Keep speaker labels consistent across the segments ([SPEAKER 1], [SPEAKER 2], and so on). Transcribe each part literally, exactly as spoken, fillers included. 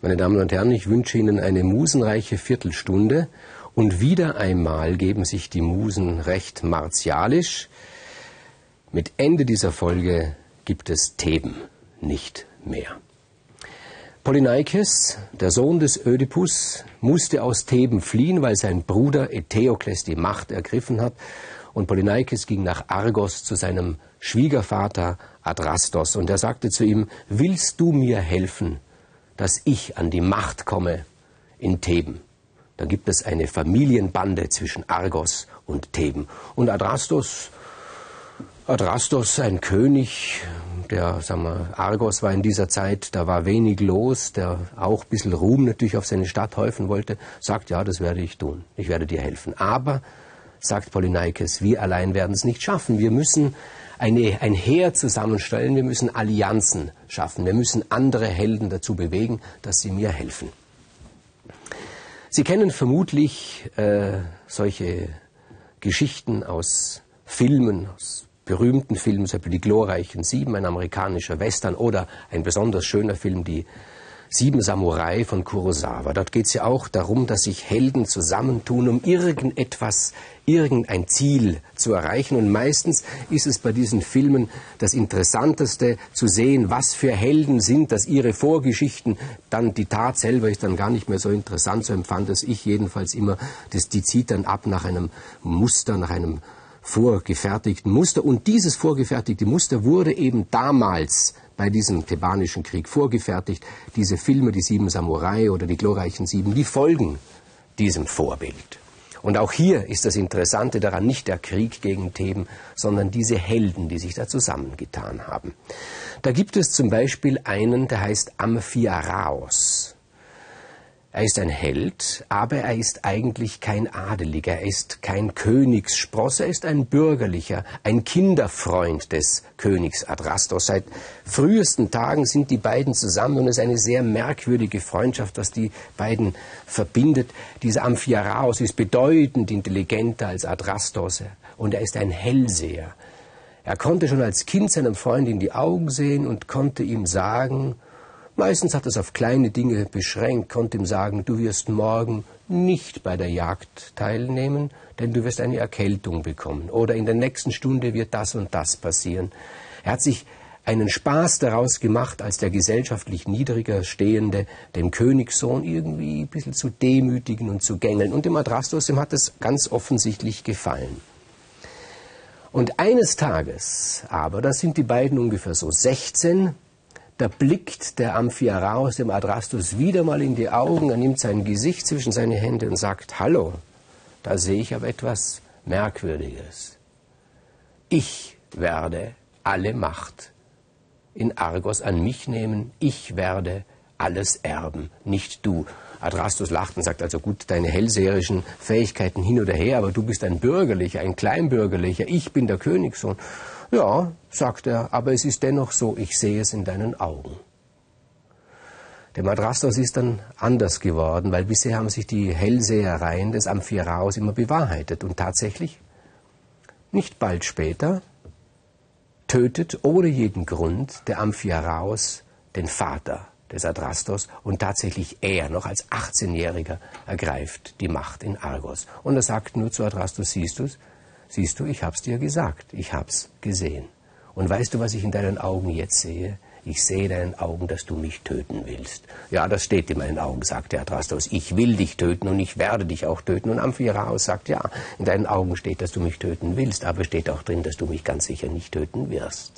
[SPEAKER 1] Meine Damen und Herren, ich wünsche Ihnen eine musenreiche Viertelstunde und wieder einmal geben sich die Musen recht martialisch. Mit Ende dieser Folge gibt es Theben nicht mehr. Polyneikes, der Sohn des Ödipus, musste aus Theben fliehen, weil sein Bruder Eteokles die Macht ergriffen hat. Und Polyneikes ging nach Argos zu seinem Schwiegervater Adrastos. Und er sagte zu ihm, willst du mir helfen, dass ich an die Macht komme in Theben? Da gibt es eine Familienbande zwischen Argos und Theben. Und Adrastos, Adrastos, ein König, der, sagen wir, Argos war in dieser Zeit, da war wenig los, der auch ein bisschen Ruhm natürlich auf seine Stadt häufen wollte, sagt, ja, das werde ich tun, ich werde dir helfen. Aber, sagt Polyneikes, wir allein werden es nicht schaffen. Wir müssen eine, ein Heer zusammenstellen, wir müssen Allianzen schaffen, wir müssen andere Helden dazu bewegen, dass sie mir helfen. Sie kennen vermutlich äh, solche Geschichten aus Filmen, aus berühmten Filmen, zum Beispiel Die glorreichen Sieben, ein amerikanischer Western, oder ein besonders schöner Film, Die Sieben Samurai von Kurosawa. Dort geht es ja auch darum, dass sich Helden zusammentun, um irgendetwas, irgendein Ziel zu erreichen. Und meistens ist es bei diesen Filmen das Interessanteste zu sehen, was für Helden sind, dass ihre Vorgeschichten, dann die Tat selber ist dann gar nicht mehr so interessant, so empfand es ich jedenfalls immer. Das, die zieht dann ab nach einem Muster, nach einem vorgefertigten Muster. Und dieses vorgefertigte Muster wurde eben damals bei diesem thebanischen Krieg vorgefertigt. Diese Filme, die Sieben Samurai oder die glorreichen Sieben, die folgen diesem Vorbild. Und auch hier ist das Interessante daran nicht der Krieg gegen Theben, sondern diese Helden, die sich da zusammengetan haben. Da gibt es zum Beispiel einen, der heißt Amphiaraos. Er ist ein Held, aber er ist eigentlich kein Adeliger, er ist kein Königsspross, er ist ein Bürgerlicher, ein Kinderfreund des Königs Adrastos. Seit frühesten Tagen sind die beiden zusammen und es ist eine sehr merkwürdige Freundschaft, was die beiden verbindet. Dieser Amphiaraos ist bedeutend intelligenter als Adrastos und er ist ein Hellseher. Er konnte schon als Kind seinem Freund in die Augen sehen und konnte ihm sagen, meistens hat er es auf kleine Dinge beschränkt, konnte ihm sagen, du wirst morgen nicht bei der Jagd teilnehmen, denn du wirst eine Erkältung bekommen. Oder in der nächsten Stunde wird das und das passieren. Er hat sich einen Spaß daraus gemacht, als der gesellschaftlich niedriger Stehende, dem Königssohn irgendwie ein bisschen zu demütigen und zu gängeln. Und dem Adrastos, dem hat es ganz offensichtlich gefallen. Und eines Tages aber, da sind die beiden ungefähr so sechzehn, da blickt der Amphiaraos dem Adrastos wieder mal in die Augen, er nimmt sein Gesicht zwischen seine Hände und sagt, hallo, da sehe ich aber etwas Merkwürdiges. Ich werde alle Macht in Argos an mich nehmen, ich werde alles erben, nicht du. Adrastos lacht und sagt, also gut, deine hellseherischen Fähigkeiten hin oder her, aber du bist ein Bürgerlicher, ein Kleinbürgerlicher, ich bin der Königssohn. Ja, sagt er, aber es ist dennoch so, ich sehe es in deinen Augen. Dem Adrastos ist dann anders geworden, weil bisher haben sich die Hellsehereien des Amphiaraos immer bewahrheitet. Und tatsächlich, nicht bald später, tötet ohne jeden Grund der Amphiaraos den Vater des Adrastos und tatsächlich er noch als achtzehnjähriger ergreift die Macht in Argos. Und er sagt nur zu Adrastos, siehst du's? Siehst du, ich hab's dir gesagt, ich hab's gesehen. Und weißt du, was ich in deinen Augen jetzt sehe? Ich sehe in deinen Augen, dass du mich töten willst. Ja, das steht in meinen Augen, sagt der Adrastos. Ich will dich töten und ich werde dich auch töten. Und Amphiaraos sagt, ja, in deinen Augen steht, dass du mich töten willst, aber steht auch drin, dass du mich ganz sicher nicht töten wirst.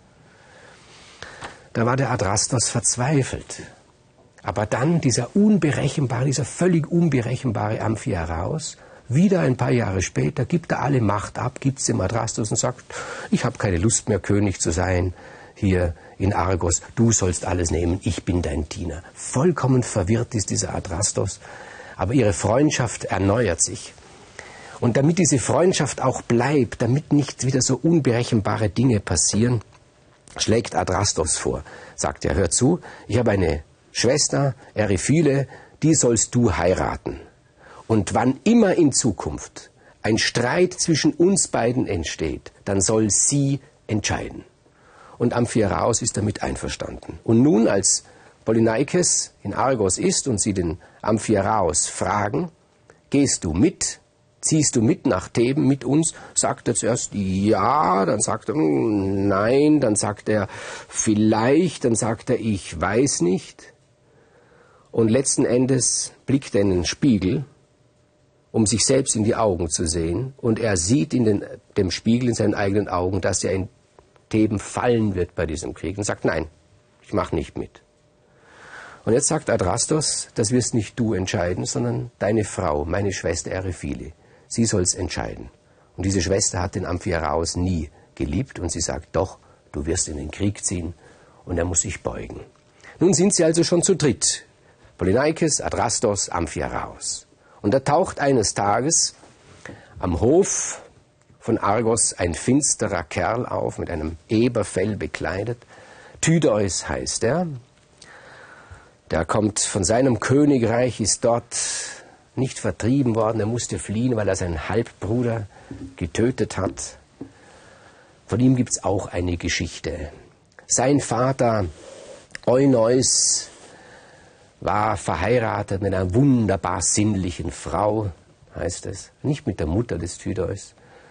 [SPEAKER 1] Da war der Adrastos verzweifelt. Aber dann dieser unberechenbare, dieser völlig unberechenbare Amphiaraos, wieder ein paar Jahre später gibt er alle Macht ab, gibt es dem Adrastos und sagt, ich habe keine Lust mehr, König zu sein hier in Argos, du sollst alles nehmen, ich bin dein Diener. Vollkommen verwirrt ist dieser Adrastos, aber ihre Freundschaft erneuert sich. Und damit diese Freundschaft auch bleibt, damit nicht wieder so unberechenbare Dinge passieren, schlägt Adrastos vor, sagt er, hör zu, ich habe eine Schwester, Eriphyle, die sollst du heiraten. Und wann immer in Zukunft ein Streit zwischen uns beiden entsteht, dann soll sie entscheiden. Und Amphiaraos ist damit einverstanden. Und nun als Polyneikes in Argos ist und sie den Amphiaraos fragen, gehst du mit, ziehst du mit nach Theben mit uns, sagt er zuerst ja, dann sagt er nein, dann sagt er vielleicht, dann sagt er ich weiß nicht. Und letzten Endes blickt er in den Spiegel, um sich selbst in die Augen zu sehen. Und er sieht in den, dem Spiegel in seinen eigenen Augen, dass er in Theben fallen wird bei diesem Krieg. Und sagt, nein, ich mache nicht mit. Und jetzt sagt Adrastos, das wirst nicht du entscheiden, sondern deine Frau, meine Schwester Eriphyle. Sie soll es entscheiden. Und diese Schwester hat den Amphiaraos nie geliebt. Und sie sagt, doch, du wirst in den Krieg ziehen. Und er muss sich beugen. Nun sind sie also schon zu dritt. Polyneikes, Adrastos, Amphiaraos. Und da taucht eines Tages am Hof von Argos ein finsterer Kerl auf, mit einem Eberfell bekleidet. Tydeus heißt er. Der kommt von seinem Königreich, ist dort nicht vertrieben worden. Er musste fliehen, weil er seinen Halbbruder getötet hat. Von ihm gibt es auch eine Geschichte. Sein Vater Euneus war verheiratet mit einer wunderbar sinnlichen Frau, heißt es, nicht mit der Mutter des Tydeus.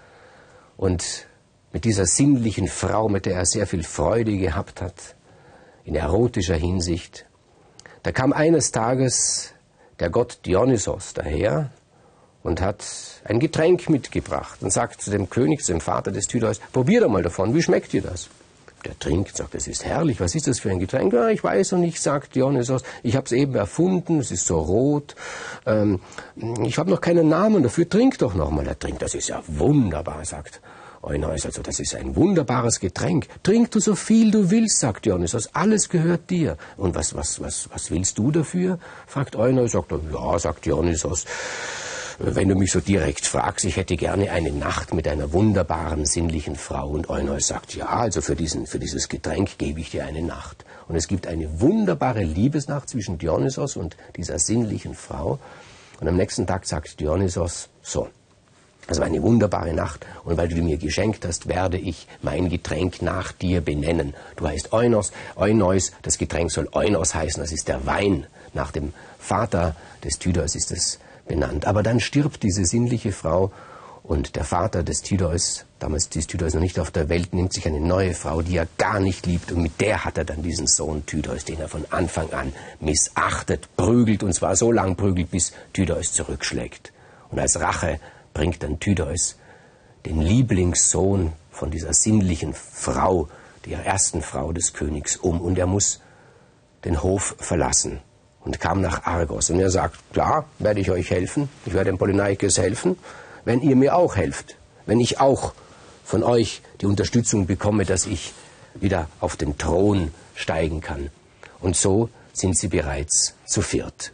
[SPEAKER 1] Und mit dieser sinnlichen Frau, mit der er sehr viel Freude gehabt hat, in erotischer Hinsicht, da kam eines Tages der Gott Dionysos daher und hat ein Getränk mitgebracht und sagt zu dem König, zu dem Vater des Tydeus, probier doch mal davon, wie schmeckt dir das? Der trinkt, sagt, das ist herrlich, was ist das für ein Getränk? Ja, ich weiß noch nicht, sagt Dionysos, ich habe es eben erfunden, es ist so rot, ähm, ich habe noch keinen Namen dafür, trink doch noch mal. Er trinkt, das ist ja wunderbar, sagt Euneus, also das ist ein wunderbares Getränk. Trink du so viel du willst, sagt Dionysos, alles gehört dir. Und was, was, was, was willst du dafür? Fragt Euneus, sagt er, ja, sagt Dionysos, wenn du mich so direkt fragst, ich hätte gerne eine Nacht mit einer wunderbaren, sinnlichen Frau. Und Euneus sagt, ja, also für, diesen, für dieses Getränk gebe ich dir eine Nacht. Und es gibt eine wunderbare Liebesnacht zwischen Dionysos und dieser sinnlichen Frau. Und am nächsten Tag sagt Dionysos, so, das war eine wunderbare Nacht. Und weil du mir geschenkt hast, werde ich mein Getränk nach dir benennen. Du heißt Eunos, Euneus, das Getränk soll Eunos heißen, das ist der Wein. Nach dem Vater des Tydeus ist es benannt. Aber dann stirbt diese sinnliche Frau und der Vater des Tydeus, damals ist Tydeus noch nicht auf der Welt, nimmt sich eine neue Frau, die er gar nicht liebt und mit der hat er dann diesen Sohn Tydeus, den er von Anfang an missachtet, prügelt und zwar so lang prügelt, bis Tydeus zurückschlägt. Und als Rache bringt dann Tydeus den Lieblingssohn von dieser sinnlichen Frau, der ersten Frau des Königs, um und er muss den Hof verlassen. Und kam nach Argos. Und er sagt, klar, werde ich euch helfen. Ich werde dem Polyneikes helfen, wenn ihr mir auch helft. Wenn ich auch von euch die Unterstützung bekomme, dass ich wieder auf den Thron steigen kann. Und so sind sie bereits zu viert.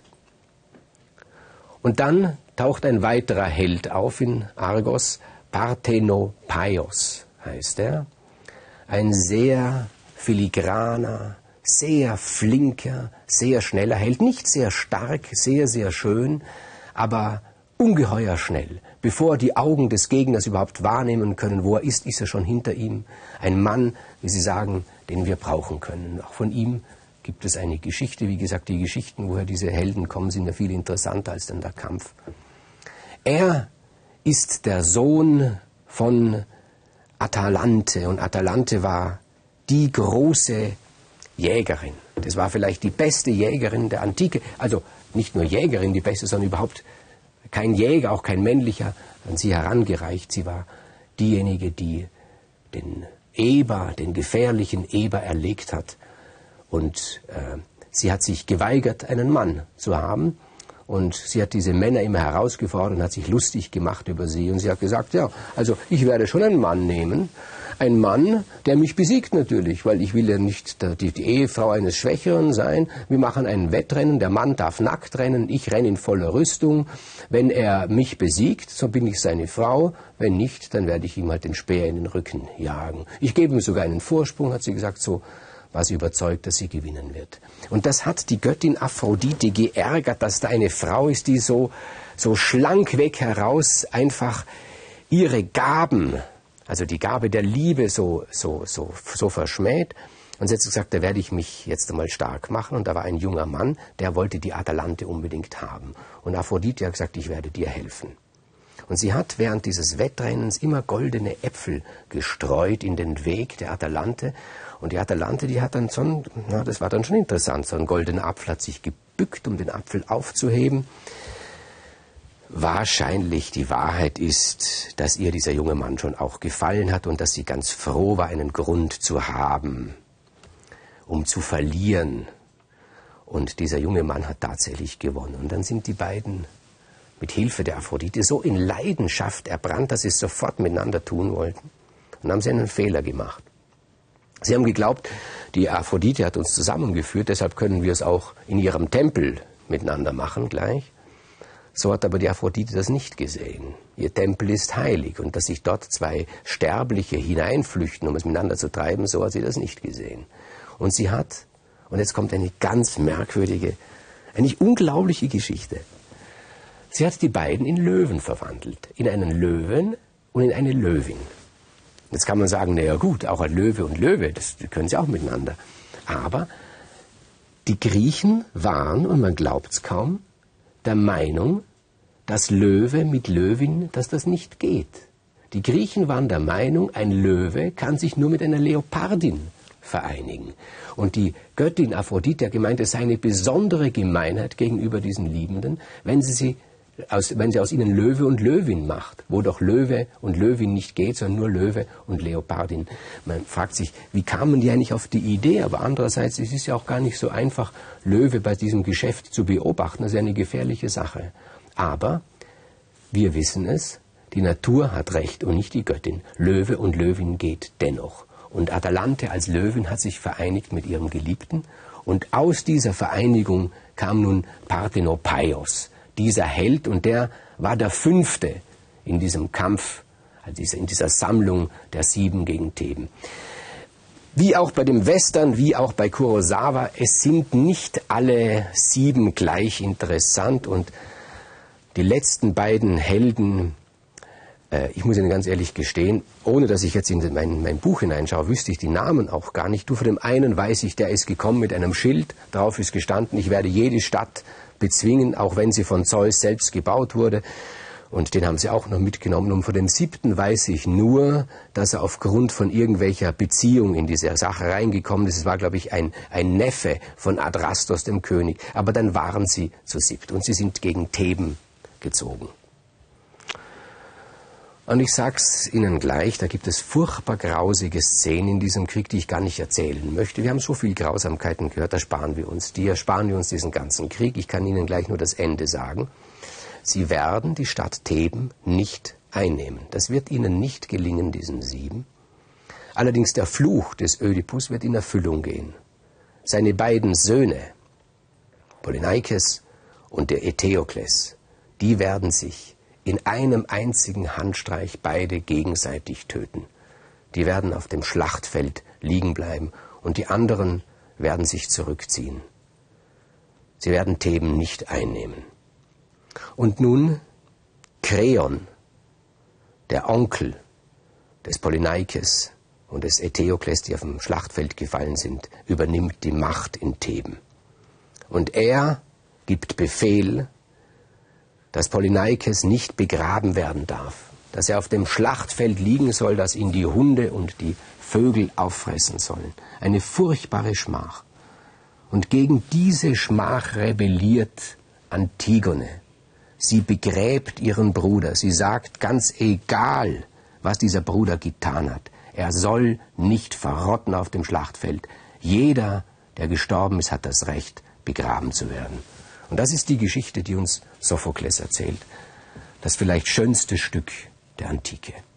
[SPEAKER 1] Und dann taucht ein weiterer Held auf in Argos. Parthenopaios heißt er. Ein sehr filigraner, sehr flinker, sehr schneller Held, nicht sehr stark, sehr, sehr schön, aber ungeheuer schnell. Bevor die Augen des Gegners überhaupt wahrnehmen können, wo er ist, ist er schon hinter ihm. Ein Mann, wie Sie sagen, den wir brauchen können. Auch von ihm gibt es eine Geschichte. Wie gesagt, die Geschichten, woher diese Helden kommen, sind ja viel interessanter als dann der Kampf. Er ist der Sohn von Atalante und Atalante war die große Jägerin. Das war vielleicht die beste Jägerin der Antike. Also nicht nur Jägerin, die beste, sondern überhaupt kein Jäger, auch kein männlicher, an sie herangereicht. Sie war diejenige, die den Eber, den gefährlichen Eber erlegt hat. Und äh, sie hat sich geweigert, einen Mann zu haben. Und sie hat diese Männer immer herausgefordert und hat sich lustig gemacht über sie. Und sie hat gesagt, ja, also ich werde schon einen Mann nehmen. Ein Mann, der mich besiegt natürlich, weil ich will ja nicht die, die Ehefrau eines Schwächeren sein. Wir machen ein Wettrennen, der Mann darf nackt rennen, ich renne in voller Rüstung. Wenn er mich besiegt, so bin ich seine Frau. Wenn nicht, dann werde ich ihm halt den Speer in den Rücken jagen. Ich gebe ihm sogar einen Vorsprung, hat sie gesagt, so war sie überzeugt, dass sie gewinnen wird. Und das hat die Göttin Aphrodite geärgert, dass da eine Frau ist, die so, so schlank weg heraus einfach ihre Gaben, also die Gabe der Liebe so, so, so, so verschmäht. Und sie hat gesagt, da werde ich mich jetzt einmal stark machen. Und da war ein junger Mann, der wollte die Atalante unbedingt haben. Und Aphrodite hat gesagt, ich werde dir helfen. Und sie hat während dieses Wettrennens immer goldene Äpfel gestreut in den Weg der Atalante. Und die Atalante, die hat dann schon, na, das war dann schon interessant, so ein goldener Apfel hat sich gebückt, um den Apfel aufzuheben. Wahrscheinlich die Wahrheit ist, dass ihr dieser junge Mann schon auch gefallen hat und dass sie ganz froh war, einen Grund zu haben, um zu verlieren. Und dieser junge Mann hat tatsächlich gewonnen. Und dann sind die beiden mit Hilfe der Aphrodite so in Leidenschaft erbrannt, dass sie es sofort miteinander tun wollten. Und dann haben sie einen Fehler gemacht. Sie haben geglaubt, die Aphrodite hat uns zusammengeführt, deshalb können wir es auch in ihrem Tempel miteinander machen gleich. So hat aber die Aphrodite das nicht gesehen. Ihr Tempel ist heilig und dass sich dort zwei Sterbliche hineinflüchten, um es miteinander zu treiben, so hat sie das nicht gesehen. Und sie hat, und jetzt kommt eine ganz merkwürdige, eine unglaubliche Geschichte. Sie hat die beiden in Löwen verwandelt, in einen Löwen und in eine Löwin. Jetzt kann man sagen, naja gut, auch ein Löwe und Löwe, das können sie auch miteinander. Aber die Griechen waren, und man glaubt es kaum, der Meinung, dass Löwe mit Löwin, dass das nicht geht. Die Griechen waren der Meinung, ein Löwe kann sich nur mit einer Leopardin vereinigen. Und die Göttin Aphrodite hat gemeint, es sei eine besondere Gemeinheit gegenüber diesen Liebenden, wenn sie sie Aus, wenn sie aus ihnen Löwe und Löwin macht, wo doch Löwe und Löwin nicht geht, sondern nur Löwe und Leopardin. Man fragt sich, wie kamen die eigentlich auf die Idee? Aber andererseits, es ist ja auch gar nicht so einfach, Löwe bei diesem Geschäft zu beobachten. Das ist ja eine gefährliche Sache. Aber wir wissen es, die Natur hat recht und nicht die Göttin. Löwe und Löwin geht dennoch. Und Atalante als Löwin hat sich vereinigt mit ihrem Geliebten. Und aus dieser Vereinigung kam nun Parthenopaios, dieser Held, und der war der Fünfte in diesem Kampf, also in dieser Sammlung der Sieben gegen Theben. Wie auch bei dem Western, wie auch bei Kurosawa, es sind nicht alle sieben gleich interessant, und die letzten beiden Helden, äh, ich muss Ihnen ganz ehrlich gestehen, ohne dass ich jetzt in mein, mein Buch hineinschaue, wüsste ich die Namen auch gar nicht. Du, von dem einen weiß ich, der ist gekommen mit einem Schild, drauf ist gestanden, ich werde jede Stadt bezwingen, auch wenn sie von Zeus selbst gebaut wurde. Und den haben sie auch noch mitgenommen. Und von dem siebten weiß ich nur, dass er aufgrund von irgendwelcher Beziehung in diese Sache reingekommen ist. Es war, glaube ich, ein, ein Neffe von Adrastos, dem König. Aber dann waren sie zu siebt und sie sind gegen Theben gezogen. Und ich sag's Ihnen gleich, da gibt es furchtbar grausige Szenen in diesem Krieg, die ich gar nicht erzählen möchte. Wir haben so viel Grausamkeiten gehört, da sparen wir uns die, ersparen wir uns diesen ganzen Krieg. Ich kann Ihnen gleich nur das Ende sagen. Sie werden die Stadt Theben nicht einnehmen. Das wird Ihnen nicht gelingen, diesen Sieben. Allerdings der Fluch des Ödipus wird in Erfüllung gehen. Seine beiden Söhne, Polyneikes und der Eteokles, die werden sich in einem einzigen Handstreich beide gegenseitig töten. Die werden auf dem Schlachtfeld liegen bleiben und die anderen werden sich zurückziehen. Sie werden Theben nicht einnehmen. Und nun Kreon, der Onkel des Polyneikes und des Eteokles, die auf dem Schlachtfeld gefallen sind, übernimmt die Macht in Theben. Und er gibt Befehl, dass Polyneikes nicht begraben werden darf, dass er auf dem Schlachtfeld liegen soll, dass ihn die Hunde und die Vögel auffressen sollen. Eine furchtbare Schmach. Und gegen diese Schmach rebelliert Antigone. Sie begräbt ihren Bruder. Sie sagt, ganz egal, was dieser Bruder getan hat, er soll nicht verrotten auf dem Schlachtfeld. Jeder, der gestorben ist, hat das Recht, begraben zu werden. Und das ist die Geschichte, die uns Sophokles erzählt. Das vielleicht schönste Stück der Antike.